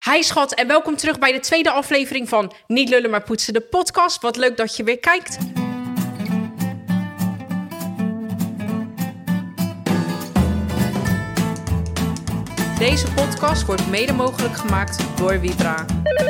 Hi schat en welkom terug bij de tweede aflevering van Niet lullen maar poetsen, de podcast. Wat leuk dat je weer kijkt. Deze podcast wordt mede mogelijk gemaakt door Vibra.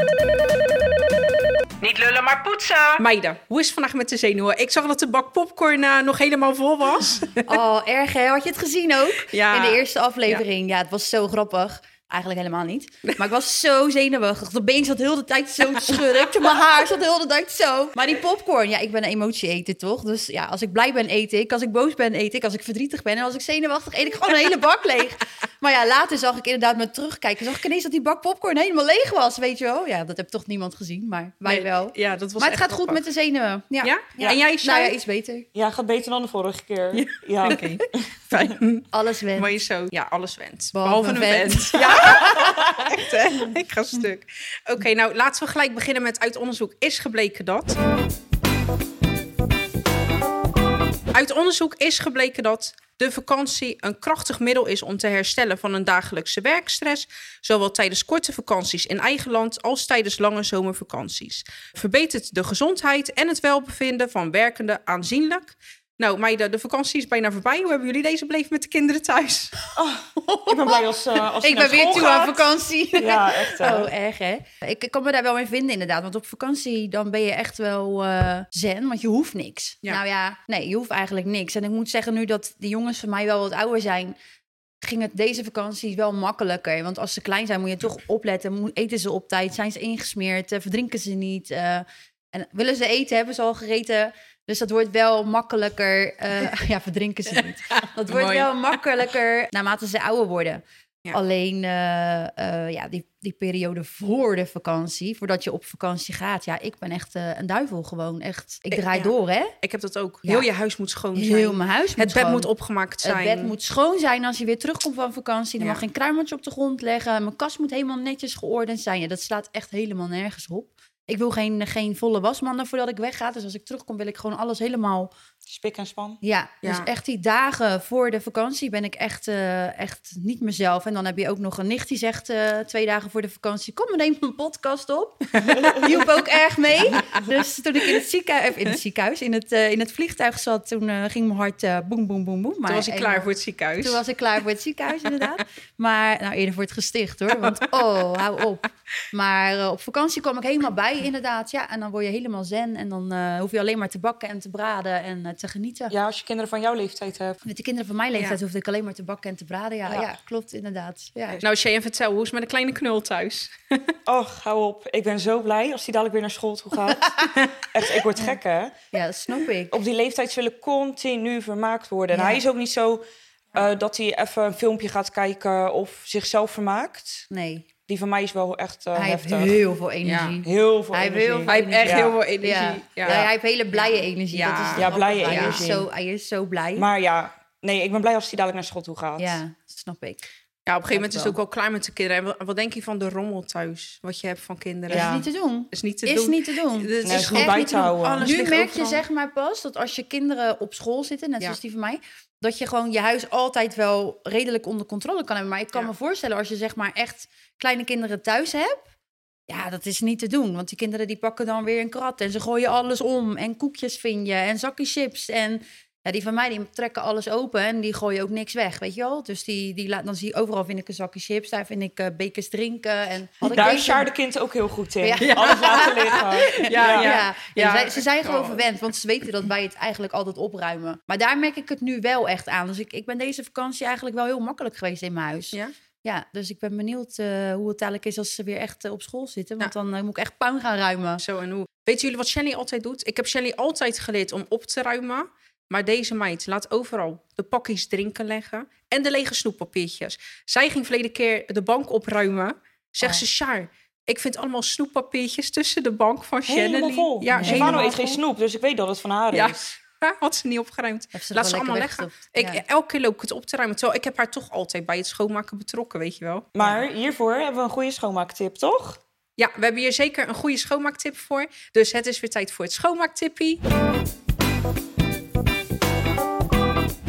Niet lullen maar poetsen. Meiden, hoe is het vandaag met de zenuwen? Ik zag dat de bak popcorn nog helemaal vol was. Oh, erg hè? Had je het gezien ook? Ja. In de eerste aflevering. Ja, het was zo grappig. Eigenlijk helemaal niet. Maar ik was zo zenuwachtig. De been zat heel de tijd zo te schudden. Mijn haar zat heel de tijd zo. Maar die popcorn, ja, ik ben een emotie-eter, toch? Dus ja, als ik blij ben, eet ik. Als ik boos ben, eet ik. Als ik verdrietig ben en als ik zenuwachtig, eet ik gewoon een hele bak leeg. Maar ja, later zag ik inderdaad met terugkijken. Zag ik ineens dat die bak popcorn helemaal leeg was, weet je wel? Ja, dat heb toch niemand gezien, maar wij wel. Ja, dat was maar het gaat grappig. goed met de zenuwen. Ja? Ja? En jij, Nou ja, iets beter. Ja, gaat beter dan de vorige keer. Ja. Oké, fijn. Alles went. Maar je zo, ja, alles went. Behalve een vent. Ja, echt hè? Ik ga stuk. Oké, nou laten we gelijk beginnen met uit onderzoek is gebleken dat... Uit onderzoek is gebleken dat de vakantie een krachtig middel is om te herstellen van een dagelijkse werkstress, zowel tijdens korte vakanties in eigen land als tijdens lange zomervakanties. Verbetert de gezondheid en het welbevinden van werkenden aanzienlijk. Nou meiden, de vakantie is bijna voorbij. Hoe hebben jullie deze beleefd met de kinderen thuis? Ik ben blij als Ik ben weer toe aan vakantie. Ja, echt. Oh, erg hè? Ik kan me daar wel mee vinden inderdaad. Want op vakantie dan ben je echt wel zen. Want je hoeft niks. Ja. Nou ja, nee, je hoeft eigenlijk niks. En ik moet zeggen nu dat de jongens van mij wel wat ouder zijn, ging het deze vakantie wel makkelijker. Want als ze klein zijn moet je toch opletten. Eten ze op tijd? Zijn ze ingesmeerd? Verdrinken ze niet? En willen ze eten? Hebben ze al gegeten? Dus dat wordt wel makkelijker. Ja, verdrinken ze niet. Dat wordt Mooi. wel makkelijker naarmate ze ouder worden. Ja. Alleen ja, die periode voor de vakantie, voordat je op vakantie gaat. Ja, ik ben echt een duivel gewoon. Echt, ik draai Ja. door, hè? Ik heb dat ook. Ja. Heel je huis moet schoon zijn. Heel mijn huis moet Het bed schoon. moet opgemaakt zijn. Het bed moet schoon zijn als je weer terugkomt van vakantie. Er Ja. mag geen kruimeltje op de grond leggen. Mijn kast moet helemaal netjes geordend zijn. Ja, dat slaat echt helemaal nergens op. Ik wil geen volle wasmanden voordat ik wegga. Dus als ik terugkom wil ik gewoon alles helemaal... Spik en span. Ja, Ja. dus echt die dagen voor de vakantie ben ik echt niet mezelf. En dan heb je ook nog een nicht die zegt 2 dagen voor de vakantie... kom maar neem een podcast op. Die hielp ook erg mee. Dus toen ik in het vliegtuig zat... toen ging mijn hart boem, boem, boem, boem. Toen was ik klaar voor het ziekenhuis. Toen was ik klaar voor het ziekenhuis, inderdaad. Maar, nou, eerder voor het gesticht, hoor. Want, oh, hou op. Maar op vakantie kwam ik helemaal bij, inderdaad. Ja, en dan word je helemaal zen. En dan hoef je alleen maar te bakken en te braden en te genieten. Ja, als je kinderen van jouw leeftijd hebt. Met de kinderen van mijn leeftijd Ja. hoefde ik alleen maar te bakken en te braden. Ja, Ja. ja klopt, inderdaad. Ja. Nou Shay, en vertel, hoe is het met de kleine knul thuis? Och, hou op. Ik ben zo blij als die dadelijk weer naar school toe gaat. Echt, ik word gek, hè? Ja, dat snap ik. Op die leeftijd willen continu vermaakt worden. En Ja. hij is ook niet zo dat hij even een filmpje gaat kijken of zichzelf vermaakt. Nee, Die van mij is wel echt hij heeft heftig. heel veel energie. Heel veel Hij heeft energie. heel veel Hij heeft echt Ja. heel veel energie. Ja. Ja. Ja, hij heeft hele blije energie. Ja. Dat is het Ja, blije grappige. energie. Hij is zo blij. Maar ja, nee, ik ben blij als hij dadelijk naar school toe gaat. Ja, dat snap ik. Ja, op een gegeven moment is het wel. ook wel klaar met de kinderen. En wat denk je van de rommel thuis? Wat je hebt van kinderen? Ja. Is niet te doen. Is niet te Is doen. niet te doen. Het Nee, is is gewoon goed bij niet te te doen. houden. Alles Nu ligt merk overal. je zeg maar pas dat als je kinderen op school zitten, net Ja. zoals die van mij, dat je gewoon je huis altijd wel redelijk onder controle kan hebben. Maar ik kan Ja. me voorstellen als je zeg maar echt kleine kinderen thuis hebt, ja, dat is niet te doen. Want die kinderen die pakken dan weer een krat en ze gooien alles om. En koekjes vind je en zakjes chips. En ja, die van mij die trekken alles open en die gooien ook niks weg, weet je wel. Dus dan zie je overal vind ik een zakje chips, daar vind ik bekers drinken. En had ik Daar deze- is Sjaar de kind ook heel goed in. Ja. Alles laten liggen. Ja, Ja, ja. ze zijn gewoon Oh. verwend, want ze weten dat wij het eigenlijk altijd opruimen. Maar daar merk ik het nu wel echt aan. Dus ik ben deze vakantie eigenlijk wel heel makkelijk geweest in mijn huis. Ja? Ja, dus ik ben benieuwd hoe het dadelijk is als ze weer echt op school zitten. Want dan moet ik echt puin gaan ruimen. Zo en hoe. Weten jullie wat Shelly altijd doet? Ik heb Shelly altijd geleerd om op te ruimen. Maar deze meid laat overal de pakjes drinken leggen. En de lege snoeppapiertjes. Zij ging verleden keer de bank opruimen. Zegt ze, Sjaar, ik vind allemaal snoeppapiertjes tussen de bank van Shannon. Helemaal vol. Ja, Stefano eet geen vol. snoep, dus ik weet dat het van haar Ja. is. Had ze niet opgeruimd. Heeft ze Laat er ze wel allemaal lekker leggen. weggestopt. Ja. Elke keer loop ik het op te ruimen. Terwijl ik heb haar toch altijd bij het schoonmaken betrokken, weet je wel. Maar hiervoor hebben we een goede schoonmaaktip, toch? Ja, we hebben hier zeker een goede schoonmaaktip voor. Dus het is weer tijd voor het schoonmaaktippie. De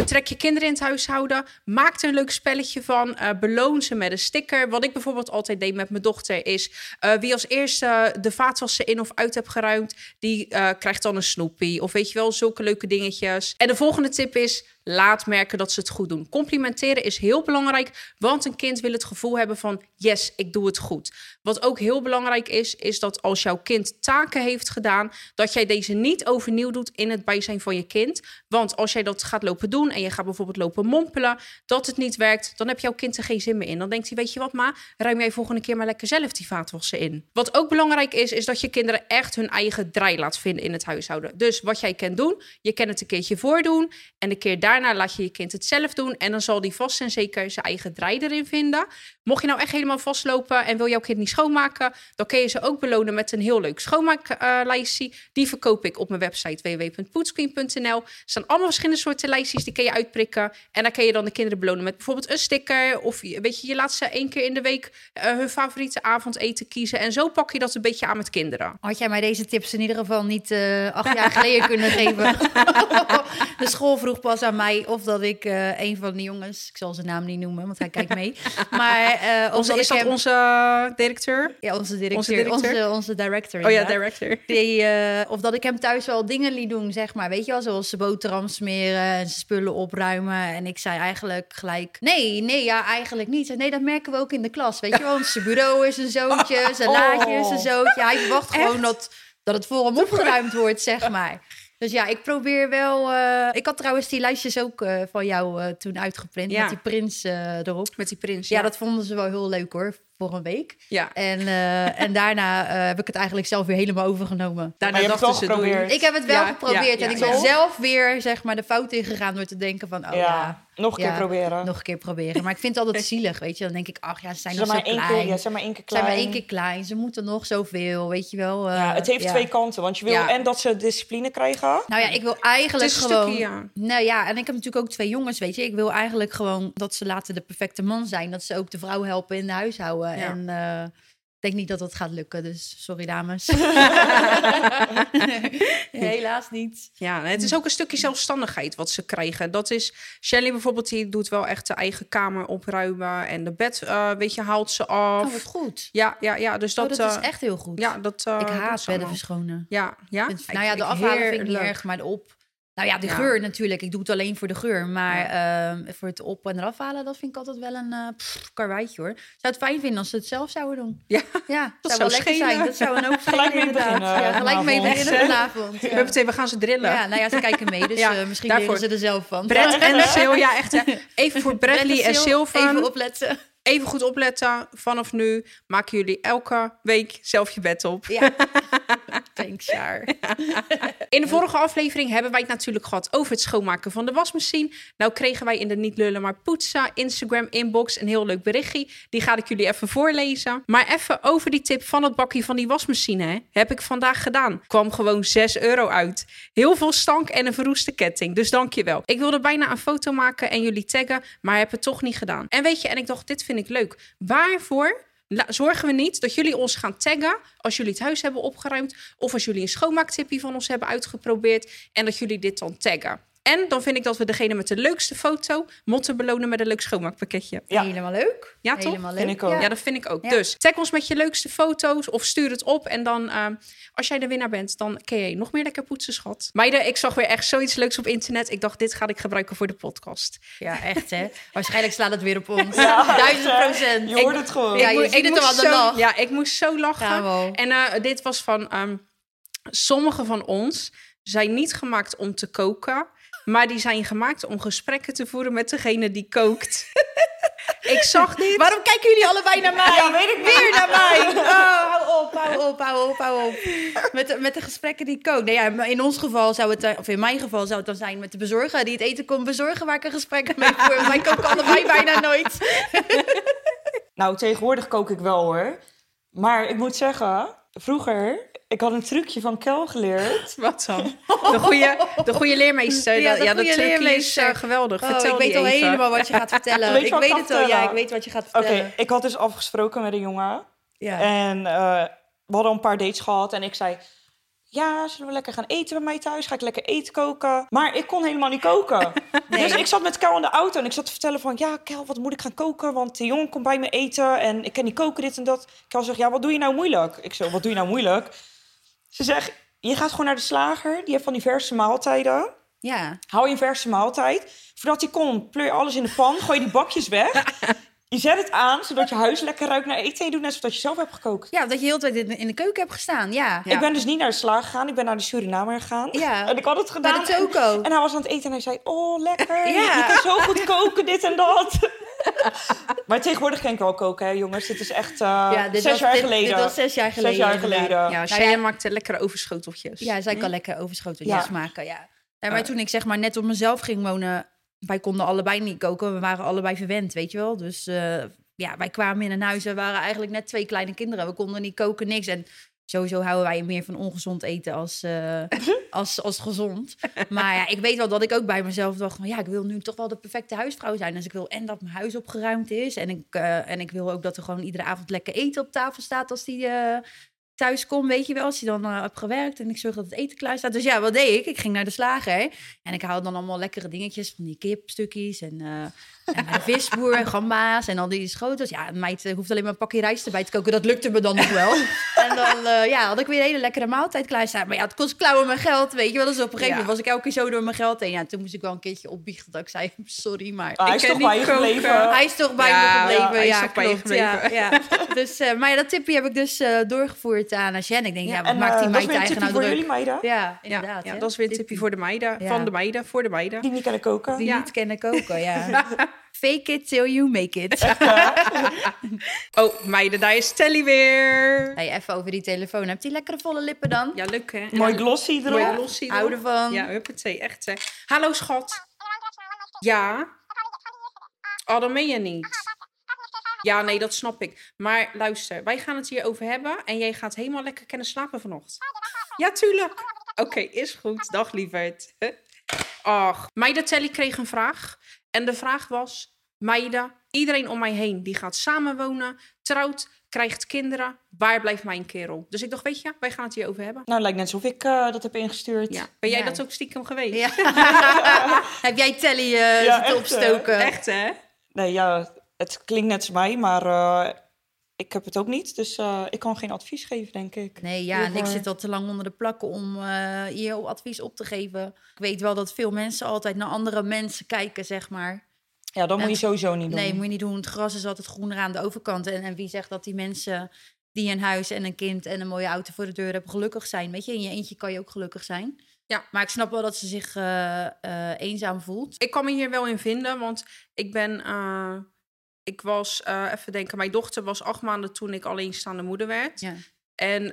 Betrek je kinderen in het huishouden. Maak er een leuk spelletje van. Beloon ze met een sticker. Wat ik bijvoorbeeld altijd deed met mijn dochter is... wie als eerste de vaatwasser in of uit hebt geruimd... die krijgt dan een snoepie. Of weet je wel, zulke leuke dingetjes. En de volgende tip is... laat merken dat ze het goed doen. Complimenteren is heel belangrijk, want een kind wil het gevoel hebben van... yes, ik doe het goed. Wat ook heel belangrijk is dat als jouw kind taken heeft gedaan... dat jij deze niet overnieuw doet in het bijzijn van je kind. Want als jij dat gaat lopen doen en je gaat bijvoorbeeld lopen mompelen... dat het niet werkt, dan heb jouw kind er geen zin meer in. Dan denkt hij, weet je wat ma, ruim jij volgende keer maar lekker zelf die vaatwasser in. Wat ook belangrijk is dat je kinderen echt hun eigen draai laat vinden in het huishouden. Dus wat jij kan doen, je kan het een keertje voordoen... en de keer daarna laat je je kind het zelf doen... en dan zal die vast en zeker zijn eigen draai erin vinden. Mocht je nou echt helemaal vastlopen en wil jouw kind niet schoonmaken... dan kun je ze ook belonen met een heel leuk schoonmaaklijstje. Die verkoop ik op mijn website www.poetsqueen.nl. Er staan allemaal verschillende soorten lijstjes, die kun je uitprikken. En dan kun je dan de kinderen belonen met bijvoorbeeld een sticker... of weet je laat ze 1 keer in de week hun favoriete avondeten kiezen... en zo pak je dat een beetje aan met kinderen. Had jij mij deze tips in ieder geval niet 8 jaar geleden kunnen geven? De school vroeg pas aan mij of dat ik een van de jongens... ik zal zijn naam niet noemen, want hij kijkt mee. Maar Onze directeur? Ja, onze directeur. Onze director. Oh ja, director. Of dat ik hem thuis wel dingen liet doen, zeg maar. Weet je wel, zoals ze boterham smeren en zijn spullen opruimen. En ik zei eigenlijk gelijk... Nee, eigenlijk niet. Nee, dat merken we ook in de klas, weet je wel. Want zijn bureau is een zoontje, zijn laadje is een zoontje. Hij verwacht gewoon dat het voor hem opgeruimd wordt, zeg maar. Dus ja, ik probeer wel... ik had trouwens die lijstjes ook van jou toen uitgeprint. Ja. Met die prins erop. Met die prins, ja. Dat vonden ze wel heel leuk hoor, voor een week. Ja. En daarna heb ik het eigenlijk zelf weer helemaal overgenomen. Daarna dachten ze geprobeerd. Ik heb het wel geprobeerd. En ik ben zelf weer zeg maar de fout ingegaan door te denken van... Nog een keer proberen. Maar ik vind het altijd zielig, weet je. Dan denk ik, ze zijn nog zo klein. Ze zijn maar 1 keer klein. Ze zijn maar 1 keer klein. Ze moeten nog zoveel, weet je wel. Het heeft 2 kanten. Want je wil en dat ze discipline krijgen. Nou ja, ik wil eigenlijk gewoon... Stukje, Nou ja, en ik heb natuurlijk ook 2 jongens, weet je. Ik wil eigenlijk gewoon dat ze later de perfecte man zijn. Dat ze ook de vrouw helpen in de huishouden. Ja. En ik denk niet dat dat gaat lukken, dus sorry dames. Helaas niet. Ja, het is ook een stukje zelfstandigheid wat ze krijgen. Dat is, Shelly bijvoorbeeld, die doet wel echt de eigen kamer opruimen. En de bed, haalt ze af. Oh, wat goed. Ja, dus dat... dat is echt heel goed. Ja, ik haat bedden verschonen. Ja. Nou ja, de afhalen vind ik niet erg, maar de op... Nou ja, de geur natuurlijk. Ik doe het alleen voor de geur. Maar voor het op- en eraf halen, dat vind ik altijd wel een karweitje hoor. Zou het fijn vinden als ze het zelf zouden doen. Ja, dat zou wel lekker zijn. Dat zou een ook gelijk mee beginnen. Gelijk mee beginnen vanavond. We gaan ze drillen. Ja, nou ja, ze kijken mee. Dus misschien leren ze er zelf van. Brett en Sil, ja echt. Even voor Bradley en Sylvan. Even opletten. Even goed opletten. Vanaf nu maken jullie elke week zelf je bed op. Ja. Thanks, Jaar. In de vorige aflevering hebben wij het natuurlijk gehad over het schoonmaken van de wasmachine. Nou kregen wij in de Niet Lullen maar Poetsen Instagram inbox een heel leuk berichtje. Die ga ik jullie even voorlezen. Maar even over die tip van het bakje van die wasmachine. Hè, heb ik vandaag gedaan. Kwam gewoon €6 uit. Heel veel stank en een verroeste ketting. Dus dankjewel. Ik wilde bijna een foto maken en jullie taggen, maar heb het toch niet gedaan. En weet je, en ik dacht, dit vind ik leuk. Waarvoor zorgen we niet dat jullie ons gaan taggen als jullie het huis hebben opgeruimd of als jullie een schoonmaaktipje van ons hebben uitgeprobeerd en dat jullie dit dan taggen. En dan vind ik dat we degene met de leukste foto moeten belonen met een leuk schoonmaakpakketje. Ja. Helemaal leuk. Ja, toch? Helemaal leuk. Vind ik ook. Ja, dat vind ik ook. Ja. Dus tag ons met je leukste foto's of stuur het op. En dan, als jij de winnaar bent, dan kun je nog meer lekker poetsen, schat. Meiden, ik zag weer echt zoiets leuks op internet. Ik dacht, dit ga ik gebruiken voor de podcast. Ja, echt hè. Waarschijnlijk slaat het weer op ons. Ja, 1000%. Je hoort het gewoon. Ja, je ziet het al aan de lach. Ja, ik moest zo lachen. En dit was van... sommige van ons zijn niet gemaakt om te koken... maar die zijn gemaakt om gesprekken te voeren met degene die kookt. Ik zag dit. Waarom kijken jullie allebei naar mij? Ja, weet ik niet. Weer naar mij. Oh, hou op. Met de gesprekken die kookt. Nee, ja, in ons geval zou het, of in mijn geval zou het dan zijn met de bezorger die het eten komt bezorgen waar ik een gesprek mee voer. Wij koken allebei bijna nooit. Nou, tegenwoordig kook ik wel hoor. Maar ik moet zeggen, vroeger... Ik had een trucje van Kel geleerd. Wat dan? De goede leermeester. Dat trucje is geweldig. Vertel ik weet al helemaal wat je gaat vertellen. Ik weet het al. Ja, ik weet wat je gaat vertellen. Oké, ik had dus afgesproken met een jongen. Ja. En we hadden een paar dates gehad. En ik zei... ja, zullen we lekker gaan eten bij mij thuis? Ga ik lekker eten koken? Maar ik kon helemaal niet koken. Nee. Dus ik zat met Kel in de auto en ik zat te vertellen van... ja, Kel, wat moet ik gaan koken? Want de jongen komt bij me eten en ik kan niet koken, dit en dat. Kel zegt, ja, wat doe je nou moeilijk? Ik zo, wat doe je nou moeilijk? Ze zegt, je gaat gewoon naar de slager. Die heeft van die verse maaltijden. Ja. Hou je een verse maaltijd. Voordat die komt, pleur je alles in de pan. Gooi je die bakjes weg. Je zet het aan, zodat je huis lekker ruikt naar eten. En je doet net alsof je zelf hebt gekookt. Ja, dat je heel de tijd in de keuken hebt gestaan, ja. Ja. Ik ben dus niet naar de slager gegaan. Ik ben naar de Surinamer gegaan. Ja. En ik had het gedaan. Bij de toko. En hij was aan het eten en hij zei... oh, lekker. Ja. Je kan zo goed koken, dit en dat. Maar tegenwoordig kan ik wel koken, hè, jongens. Dit is echt 6 jaar geleden. Dit was 6 jaar geleden. 6 jaar inderdaad. geleden. Ja, Nou Shea ja. maakte lekkere overschoteltjes. Ja, zij kan lekker overschoteltjes Ja. maken, ja. Nee, maar toen ik zeg maar net op mezelf ging wonen... wij konden allebei niet koken. We waren allebei verwend, weet je wel. Dus ja, wij kwamen in een huis... we waren eigenlijk net 2 kleine kinderen. We konden niet koken, niks. En sowieso houden wij meer van ongezond eten als gezond. Maar ja, ik weet wel dat ik ook bij mezelf dacht... van, ja, ik wil nu toch wel de perfecte huisvrouw zijn. Dus ik wil en dat mijn huis opgeruimd is... en ik wil ook dat er gewoon iedere avond lekker eten op tafel staat... als die thuis komt, weet je wel. Als hij dan heb gewerkt en ik zorg dat het eten klaar staat. Dus ja, wat deed ik? Ik ging naar de slager en ik haalde dan allemaal lekkere dingetjes... van die kipstukjes en bij de visboer en gamba's en al die schotels. Ja, een meid hoeft alleen maar een pakje rijst erbij te koken. Dat lukte me dan nog wel. En dan had ik weer een hele lekkere maaltijd klaarstaan. Maar ja, het kost klauwen mijn geld, weet je wel. Dus op een gegeven moment was ik elke keer zo door mijn geld heen. Ja, toen moest ik wel een keertje opbiechten dat ik zei... sorry, maar Hij Ik is kan toch bij je niet koken. gebleven? hij is toch bij Ja, me gebleven. hij is Ja, toch bij je klopt. Ja, gebleven. ja. Dus, maar ja, dat tipje heb ik dus doorgevoerd aan Jen. Ik denk, ja, wat En maakt die dat is meid weer een eigenlijk tipje nou voor druk? jullie meiden. Ja, Ja, inderdaad. ja, hè. dat is weer een tipje voor de meiden. Ja. Van de meiden, voor de meiden. Die niet kunnen koken. Die Ja. niet kennen koken, ja. Fake it till you make it. Oh, meiden, daar is Telly weer. Hey, even over die telefoon. Heb je lekkere volle lippen dan? Ja, leuk hè? Mooi glossy erop. Mooi glossy erop. Hou ervan. Ja, huppatee, echt hè. Hallo schat. Ja. Oh, dat meen je niet. Ja, nee, dat snap ik. Maar luister, wij gaan het hier over hebben en jij gaat helemaal lekker kunnen slapen vanochtend. Ja, tuurlijk. Oké, is goed. Dag lieverd. Ach, meiden Telly kreeg een vraag. En de vraag was, meiden, iedereen om mij heen die gaat samenwonen, trouwt, krijgt kinderen. Waar blijft mijn kerel? Dus ik dacht, weet je, wij gaan het hier over hebben. Nou, het lijkt net alsof ik dat heb ingestuurd. Ja. Ben jij Ja. dat ook stiekem geweest? Ja. Heb jij Telly Ja, echt, opstoken? Echt hè? Nee, ja, het klinkt net als mij, maar ik heb het ook niet. Dus ik kan geen advies geven, denk ik. Nee, ja, en ik Over- zit al te lang onder de plakken om hier advies op te geven. Ik weet wel dat veel mensen altijd naar andere mensen kijken, zeg maar. Ja, dat moet je sowieso niet doen. Nee, moet je niet doen. Het gras is altijd groener aan de overkant. En wie zegt dat die mensen die een huis en een kind en een mooie auto voor de deur hebben gelukkig zijn? Weet je, in je eentje kan je ook gelukkig zijn. Ja. Maar ik snap wel dat ze zich eenzaam voelt. Ik kan me hier wel in vinden, want ik ben... ik was, even denken, mijn dochter was 8 maanden toen ik alleenstaande moeder werd. Ja. En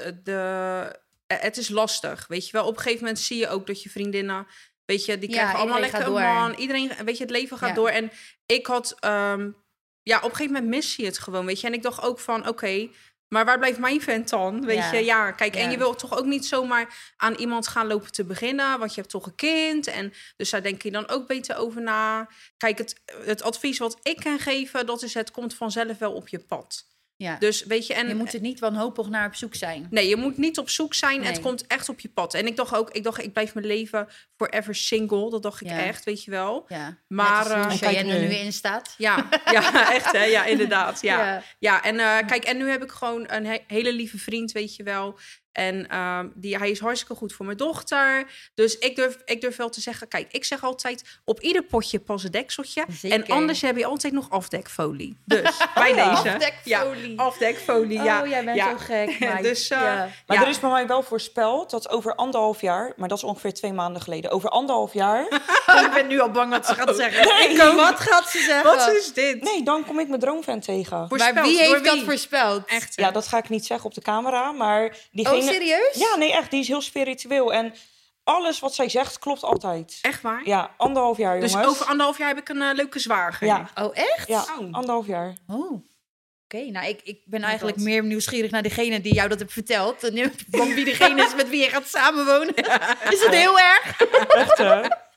het is lastig, weet je wel. Op een gegeven moment zie je ook dat je vriendinnen... Weet je, die Ja, krijgen allemaal iedereen lekker een gaat door. man. Iedereen, weet je, het leven gaat Ja. door. En ik had... ja, op een gegeven moment mis je het gewoon, weet je. En ik dacht ook van, oké, maar waar blijft mijn vent dan? Weet Ja. je, ja, kijk. En Ja. je wil toch ook niet zomaar aan iemand gaan lopen te beginnen. Want je hebt toch een kind. En dus daar denk je dan ook beter over na. Kijk, het advies wat ik kan geven, dat is het komt vanzelf wel op je pad. Ja. Dus weet je, en Je moet er niet wanhopig naar op zoek zijn. nee, je moet niet op zoek zijn. Nee. Het komt echt op je pad. En ik dacht ook, ik blijf mijn leven forever single. Dat dacht ik Ja. echt, weet je wel. Ja. Maar, Net als en kijk Cheyenne er nu. nu in staat. Ja, ja, echt hè. Ja, inderdaad. Ja, Ja. ja en kijk, en nu heb ik gewoon een hele lieve vriend, weet je wel. En hij is hartstikke goed voor mijn dochter. Dus ik durf wel te zeggen, kijk, ik zeg altijd, op ieder potje pas een dekseltje. Zeker. En anders heb je altijd nog afdekfolie. Dus bij ja. deze. Afdekfolie. Ja, afdekfolie, ja. Oh, jij bent ja. zo gek. Maar Dus, ja. Maar ja. er is bij mij wel voorspeld dat over 1,5 jaar... maar dat is ongeveer 2 maanden geleden. Over 1,5 jaar... Ik ben nu al bang wat ze gaat zeggen. Nee, ik ook. Wat gaat ze zeggen? Wat is dit? Nee, dan kom ik mijn droomvent tegen. Maar Voorspeld, wie door heeft dat wie? voorspeld? Echt hè? Ja, dat ga ik niet zeggen op de camera, maar diegene... Oh, serieus? Ja, nee, echt. Die is heel spiritueel. En alles wat zij zegt, klopt altijd. Echt waar? Ja, 1,5 jaar, Dus jongens. over 1,5 jaar heb ik een leuke zwager. Ja, Oh, echt? ja, Oh. 1,5 jaar. Oh. Oké, nou, ik ben eigenlijk dat. meer nieuwsgierig naar degene die jou dat heeft verteld. En nu, want wie degene is met wie je gaat samenwonen. Is het heel erg? Echt, hè?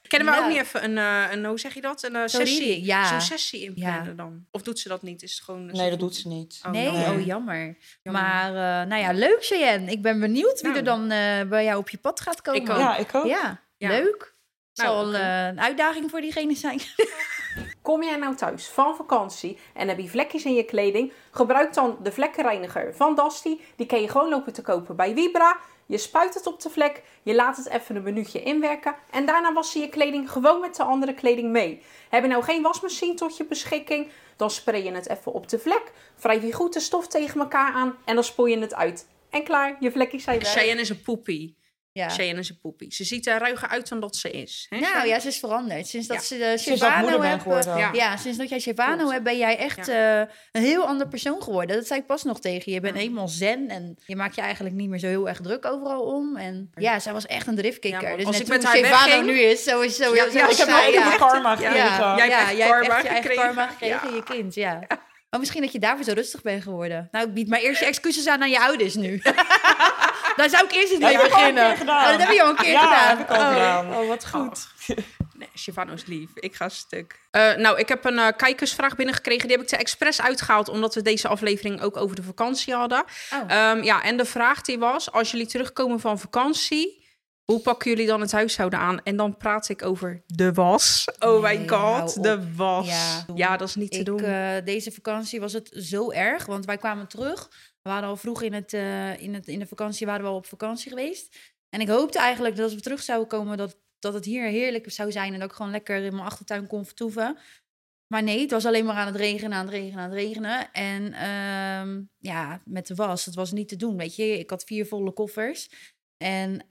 Kennen we Ja. ook niet even een hoe zeg je dat? Een sessie? reading, ja. Zo'n sessie inplannen dan? Of doet ze dat niet? Is het gewoon... Nee, dat doet ze niet. Oh, Nee, jammer. jammer. Jammer. Maar nou ja, leuk Cheyenne. Ik ben benieuwd wie Nou. er dan bij jou op je pad gaat komen. Ik ook. Ja, ik ook. Ja, Ja. leuk. Het Nou, zal oké. een uitdaging voor diegene zijn. Kom jij nou thuis van vakantie en heb je vlekjes in je kleding? Gebruik dan de vlekkenreiniger van Dusty. Die kan je gewoon lopen te kopen bij Vibra. Je spuit het op de vlek, je laat het even een minuutje inwerken en daarna was je je kleding gewoon met de andere kleding mee. Heb je nou geen wasmachine tot je beschikking? Dan spray je het even op de vlek, wrijf je goed de stof tegen elkaar aan en dan spoel je het uit. En klaar, je vlekjes zijn weg. Cheyenne is een poepie. Ja. Cheyenne is een poepie. Ze ziet er ruiger uit dan dat ze is. Hè, Nou Cheyenne? ja, ze is veranderd. Sinds dat Ja. ze de Sinds dat ik Shivano moeder ben hebt. geworden. Ja. Sinds dat jij Shivano Klopt. hebt, ben jij echt een heel ander persoon geworden. Dat zei ik pas nog tegen je. Je bent helemaal zen en je maakt je eigenlijk niet meer zo heel erg druk overal om. En ja, zij was echt een driftkikker. Ja, man. dus Als net ik met hoe haar Shivano wegging- nu is, sowieso. Ja, Ik heb zij, ook ja. een karma Ja. gekregen. Ja, Jij hebt echt jij karma hebt echt je eigen gekregen. karma gekregen in je kind, ja. Maar misschien dat je daarvoor zo rustig bent geworden. Nou, ik bied maar eerst je excuses aan je ouders nu. Daar zou ik eerst eens mee dat heb ik al een beginnen. keer gedaan. Oh, dat heb je al een keer Ja, gedaan. heb ik al gedaan. Oh, wat goed. Nee, Shivano is lief. Ik ga stuk. Nou, ik heb een kijkersvraag binnengekregen. Die heb ik er expres uitgehaald, omdat we deze aflevering ook over de vakantie hadden. Oh. Ja, en de vraag die was, als jullie terugkomen van vakantie, hoe pakken jullie dan het huishouden aan? En dan praat ik over de was. Oh Nee, my hou god, op. de was. Ja. Ja, dat is niet te doen. Deze vakantie was het zo erg, want wij kwamen terug. We waren al vroeg in de vakantie, waren we al op vakantie geweest. En ik hoopte eigenlijk dat als we terug zouden komen, dat het hier heerlijk zou zijn. En dat ik gewoon lekker in mijn achtertuin kon vertoeven. Maar nee, het was alleen maar aan het regenen. En ja, met de was, het was niet te doen, weet je. Ik had 4 volle koffers. En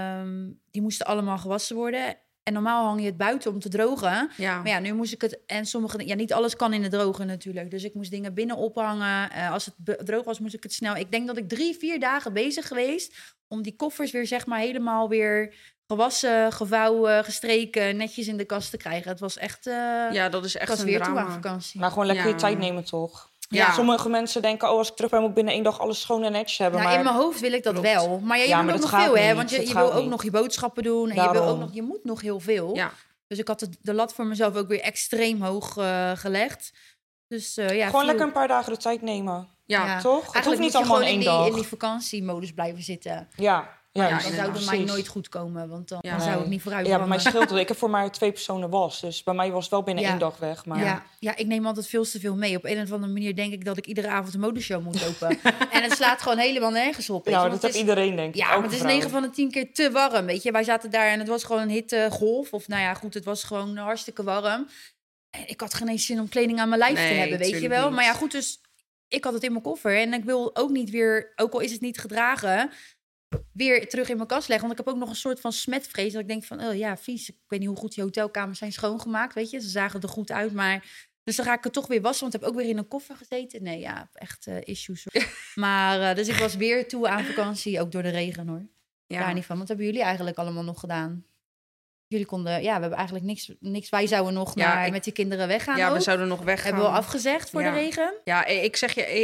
die moesten allemaal gewassen worden. En normaal hang je het buiten om te drogen. Ja. Maar ja, nu moest ik het... En sommige... Ja, niet alles kan in de droger natuurlijk. Dus ik moest dingen binnen ophangen. Als het droog was, moest ik het snel... Ik denk dat ik 3-4 dagen bezig geweest... om die koffers weer, zeg maar, helemaal weer... gewassen, gevouwen, gestreken... netjes in de kast te krijgen. Het was echt... Ja, dat is ik echt was een weer drama. toe aan vakantie. Maar gewoon lekker Ja. je tijd nemen, toch? Ja. Sommige mensen denken, als ik terug ben, moet ik binnen 1 dag alles schoon en netjes hebben. Nou, maar in mijn hoofd wil ik dat Klopt. wel. Maar ja, je Ja, moet maar ook dat nog gaat veel, hè? niet. Want Dat je gaat wil ook niet. nog je boodschappen doen. En je wil ook Daarom. nog, je moet nog heel veel. Ja. Dus ik had de lat voor mezelf ook weer extreem hoog gelegd. Dus ja, gewoon viel. lekker een paar dagen de tijd nemen. Ja. Ja. Toch? Het hoeft Eigenlijk niet moet je allemaal gewoon in 1 dag. in die vakantiemodus blijven zitten. Ja, Ja, ja, Dan inderdaad. zou het bij mij precies. nooit goed komen, want dan, Ja. dan zou ik Nee. niet vooruit Ja, bij mij komen. scheelt het. Ik heb voor mij 2 personen was. Dus bij mij was het wel binnen Ja. 1 dag weg. Maar Ja, ik neem altijd veel te veel mee. Op een of andere manier denk ik dat ik iedere avond een modeshow moet lopen. En het slaat gewoon helemaal nergens op. Weet je, nou, want dat het heeft is- iedereen, denk ik. Ja, Elke maar het is vrouw. 9 van de 10 keer te warm, weet je. Wij zaten daar en het was gewoon een hittegolf. Of nou ja, goed, het was gewoon hartstikke warm. En ik had geen eens zin om kleding aan mijn lijf te Nee, hebben, weet je tuurlijk wel. niet. Maar ja, goed, dus ik had het in mijn koffer. En ik wil ook niet weer, ook al is het niet gedragen, weer terug in mijn kast leggen. Want ik heb ook nog een soort van smetvrees. Dat ik denk van, oh ja, vies. Ik weet niet hoe goed die hotelkamers zijn schoongemaakt, weet je. Ze zagen er goed uit, maar... Dus dan ga ik het toch weer wassen, want ik heb ook weer in een koffer gezeten. Nee, ja, echt issues. Maar, dus ik was weer toe aan vakantie, ook door de regen, hoor. Daar niet van. Wat hebben jullie eigenlijk allemaal nog gedaan? Jullie konden, ja, we hebben eigenlijk niks. Wij zouden nog Ja, met die kinderen weggaan. Ja, ook. we zouden nog weggaan. Hebben we al afgezegd voor Ja. de regen? Ja, ik zeg je,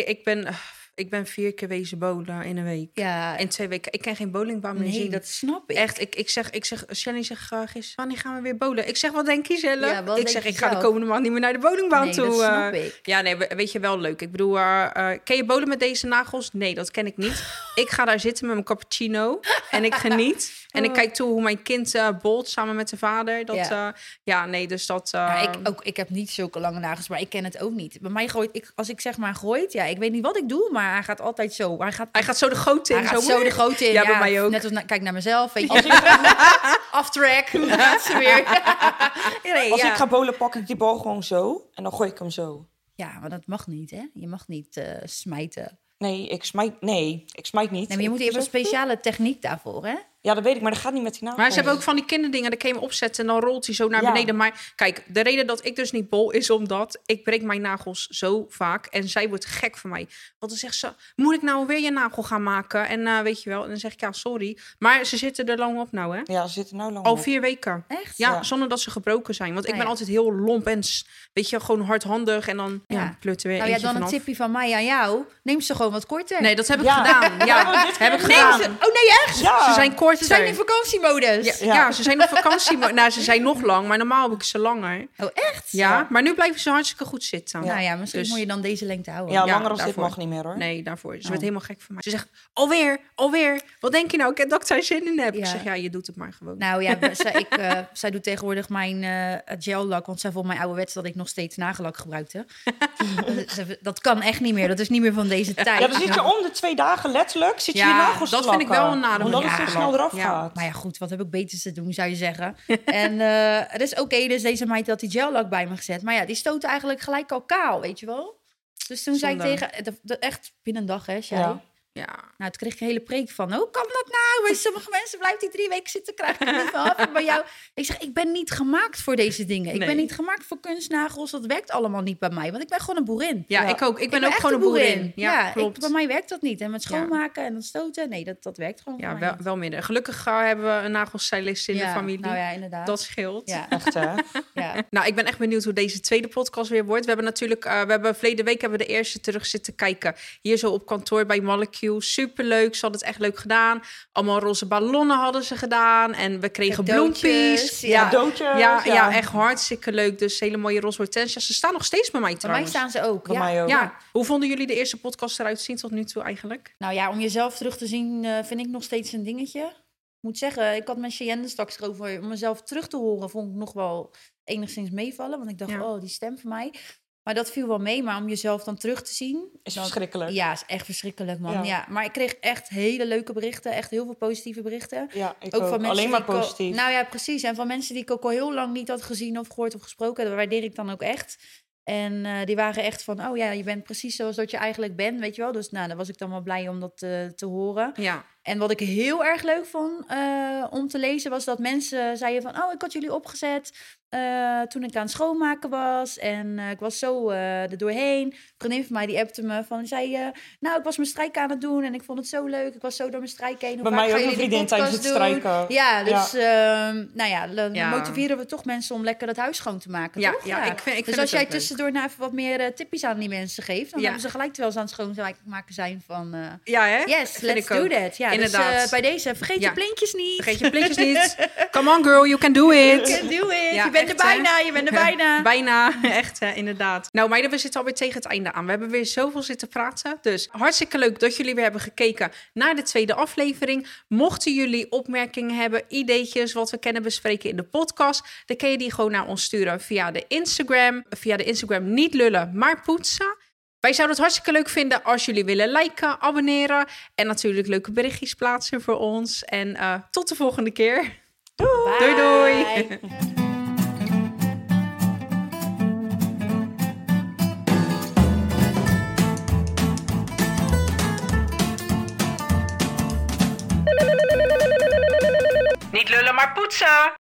ik ben 4 keer wezen bowlen in een week. Ja, In 2 weken. Ik ken geen bowlingbaan meer nee, zien. dat snap ik. Echt, ik zeg, Shelly zegt gisteren, wanneer gaan we weer bowlen? Ik zeg, wat denk je zelf? Ja, wat ik denk zeg, je ik ga de zelf? komende maand niet meer naar de bowlingbaan Nee, toe. dat snap ik. Ja, nee, weet je, wel leuk. Ik bedoel, ken je bowlen met deze nagels? Nee, dat ken ik niet. Ik ga daar zitten met mijn cappuccino en ik geniet. En ik kijk toe hoe mijn kind bolt samen met de vader. Dat, nee, dus dat... Ja, ik heb niet zulke lange nagels, maar ik ken het ook niet. Bij mij gooit, als ik zeg maar gooit, ja, ik weet niet wat ik doe, maar hij gaat altijd zo. Hij gaat zo de goot in. Hij gaat zo de goot in. Ja, bij mij ook. Net als, kijk naar mezelf, weet je. Off track, hoe gaat ze weer? Nee, Als ja. ik ga bowlen, pak ik die bal gewoon zo. En dan gooi ik hem zo. Ja, maar dat mag niet, hè? Je mag niet smijten. Nee, ik smijt niet. Nee, maar je moet even een speciale techniek daarvoor, hè? Ja, dat weet ik, maar dat gaat niet met die nagels. Maar ze hebben ook van die kinderdingen, daar kun je hem opzetten en dan rolt hij zo naar Ja. beneden. Maar kijk, de reden dat ik dus niet bol is omdat ik breek mijn nagels zo vaak en zij wordt gek van mij. Want dan zegt ze, moet ik nou weer je nagel gaan maken? En weet je wel, en dan zeg ik, ja, sorry. Maar ze zitten er lang op nou, hè? Ja, ze zitten nou lang Al op. 4 weken. Echt? Ja, Ja. zonder dat ze gebroken zijn. Want ik Nou ben ja. altijd heel lomp en, weet je, gewoon hardhandig. En dan Ja. pleurt er weer Nou ja, eentje dan een vanaf. tipje van mij aan jou. Neem ze gewoon wat korter. Nee, dat heb ik Ja. gedaan. Ja, Ja, dit heb ik keer gedaan. Oh nee, echt? Ja. Ze zijn kort korter. Ze zijn in vakantiemodus. Ja, ze zijn op vakantie. Nou, ze zijn nog lang, maar normaal heb ik ze langer. Oh, echt? Ja, maar nu blijven ze hartstikke goed zitten. Nou ja, misschien Dus- moet je dan deze lengte houden. Ja, Ja, langer als dit daarvoor. mag niet meer, hoor. Nee, daarvoor. Ze werd helemaal gek van mij. Ze zegt, alweer. Wat denk je nou? Ik heb dat ik daar zin in heb. Ik Ja. zeg, ja, je doet het maar gewoon. Nou ja, zij doet tegenwoordig mijn gel lak, want zij vond mij ouderwets dat ik nog steeds nagellak gebruikte. Dat kan echt niet meer. Dat is niet meer van deze tijd. Ja, dan zit je om de 2 dagen letterlijk zit je Ja, je nagels te dat vind ik lakken. wel een nadeel Omdat van het zo nagellak. snel eraf Ja. gaat. Maar ja, goed, wat heb ik beters te doen, zou je zeggen. En het is oké, dus deze meid had die gellak bij me gezet. Maar ja, die stoot eigenlijk gelijk al kaal, weet je wel? Dus toen zei ik Zonde. tegen... Echt binnen een dag, hè, jij? Ja. Ja. Nou, toen kreeg ik een hele preek van... Hoe kan dat nou? Bij sommige mensen blijft die 3 weken zitten, krijg ik het niet van af. En bij jou... Ik zeg, ik ben niet gemaakt voor deze dingen. Ik Nee. ben niet gemaakt voor kunstnagels. Dat werkt allemaal niet bij mij, want ik ben gewoon een boerin. Ja, Ja. ik ook. Ik ben ook echt gewoon een boerin. Ja, klopt. bij mij werkt dat niet. En met schoonmaken en dan stoten, nee, dat werkt gewoon Ja, voor mij wel, niet. wel minder. Gelukkig hebben we een nagelstylist in de familie. Nou ja, inderdaad. Dat scheelt. Ja, Echt, hè? ja. Nou, ik ben echt benieuwd hoe deze tweede podcast weer wordt. We hebben natuurlijk, verleden week hebben we de eerste terug zitten kijken. Hier zo op kantoor bij Molecule. Superleuk. Ze hadden het echt leuk gedaan. Allemaal roze ballonnen hadden ze gedaan. En we kregen Cadeautjes, bloempies. ja. Cadeautjes, Ja, echt hartstikke leuk. Dus hele mooie roze hortensia's. Ze staan nog steeds bij mij Bij mij trouwens. staan ze ook. Bij Ja. mij ook. Ja. Hoe vonden jullie de eerste podcast eruit zien tot nu toe eigenlijk? Nou ja, om jezelf terug te zien vind ik nog steeds een dingetje. Ik moet zeggen, ik had met Cheyenne straks erover. Om mezelf terug te horen vond ik nog wel enigszins meevallen. Want ik dacht, Ja. oh, die stem van mij. Maar dat viel wel mee. Maar om jezelf dan terug te zien... Is dan- verschrikkelijk. Ja, is echt verschrikkelijk, man. Ja. Ja. Maar ik kreeg echt hele leuke berichten. Echt heel veel positieve berichten. Ja, ik Ook ook. van mensen Alleen maar die ik al- positief. nou ja, precies. En van mensen die ik ook al heel lang niet had gezien of gehoord of gesproken. Dat waardeer ik dan ook echt. En die waren echt van, oh ja, je bent precies zoals dat je eigenlijk bent, weet je wel. Dus nou, daar was ik dan wel blij om dat te horen. Ja. En wat ik heel erg leuk vond om te lezen, was dat mensen zeiden van... oh, ik had jullie opgezet toen ik aan het schoonmaken was. En ik was zo er doorheen. Een vriendin van mij die appte me van... zei, nou, ik was mijn strijk aan het doen en ik vond het zo leuk. Ik was zo door mijn strijk heen. Hoe Bij vaak mij gaan ook een jullie die vriendin tijdens het podcast doen? strijken. Ja, dus nou ja, dan Ja. motiveren we toch mensen om lekker het huis schoon te maken, Ja, toch? ja, ik vind dus het als jij ook leuk. tussendoor nou even wat meer tipjes aan die mensen geeft... dan Ja. hebben ze gelijk terwijl ze aan het schoonmaken zijn van... Ja, hè? yes, Vind let's ik ook. do that. Ja, Inderdaad. Dus bij deze, vergeet Ja. je plintjes niet. Vergeet je plintjes niet. Come on girl, you can do You it. can do it. Ja, je bent echt, er hè? bijna, je bent er bijna. Bijna, echt hè, inderdaad. Nou meiden, we zitten alweer tegen het einde aan. We hebben weer zoveel zitten praten. Dus hartstikke leuk dat jullie weer hebben gekeken naar de tweede aflevering. Mochten jullie opmerkingen hebben, ideetjes, wat we kunnen bespreken in de podcast, dan kun je die gewoon naar ons sturen via de Instagram. Via de Instagram niet lullen, maar poetsen. Wij zouden het hartstikke leuk vinden als jullie willen liken, abonneren en natuurlijk leuke berichtjes plaatsen voor ons. En tot de volgende keer. Doei, doei. Bye.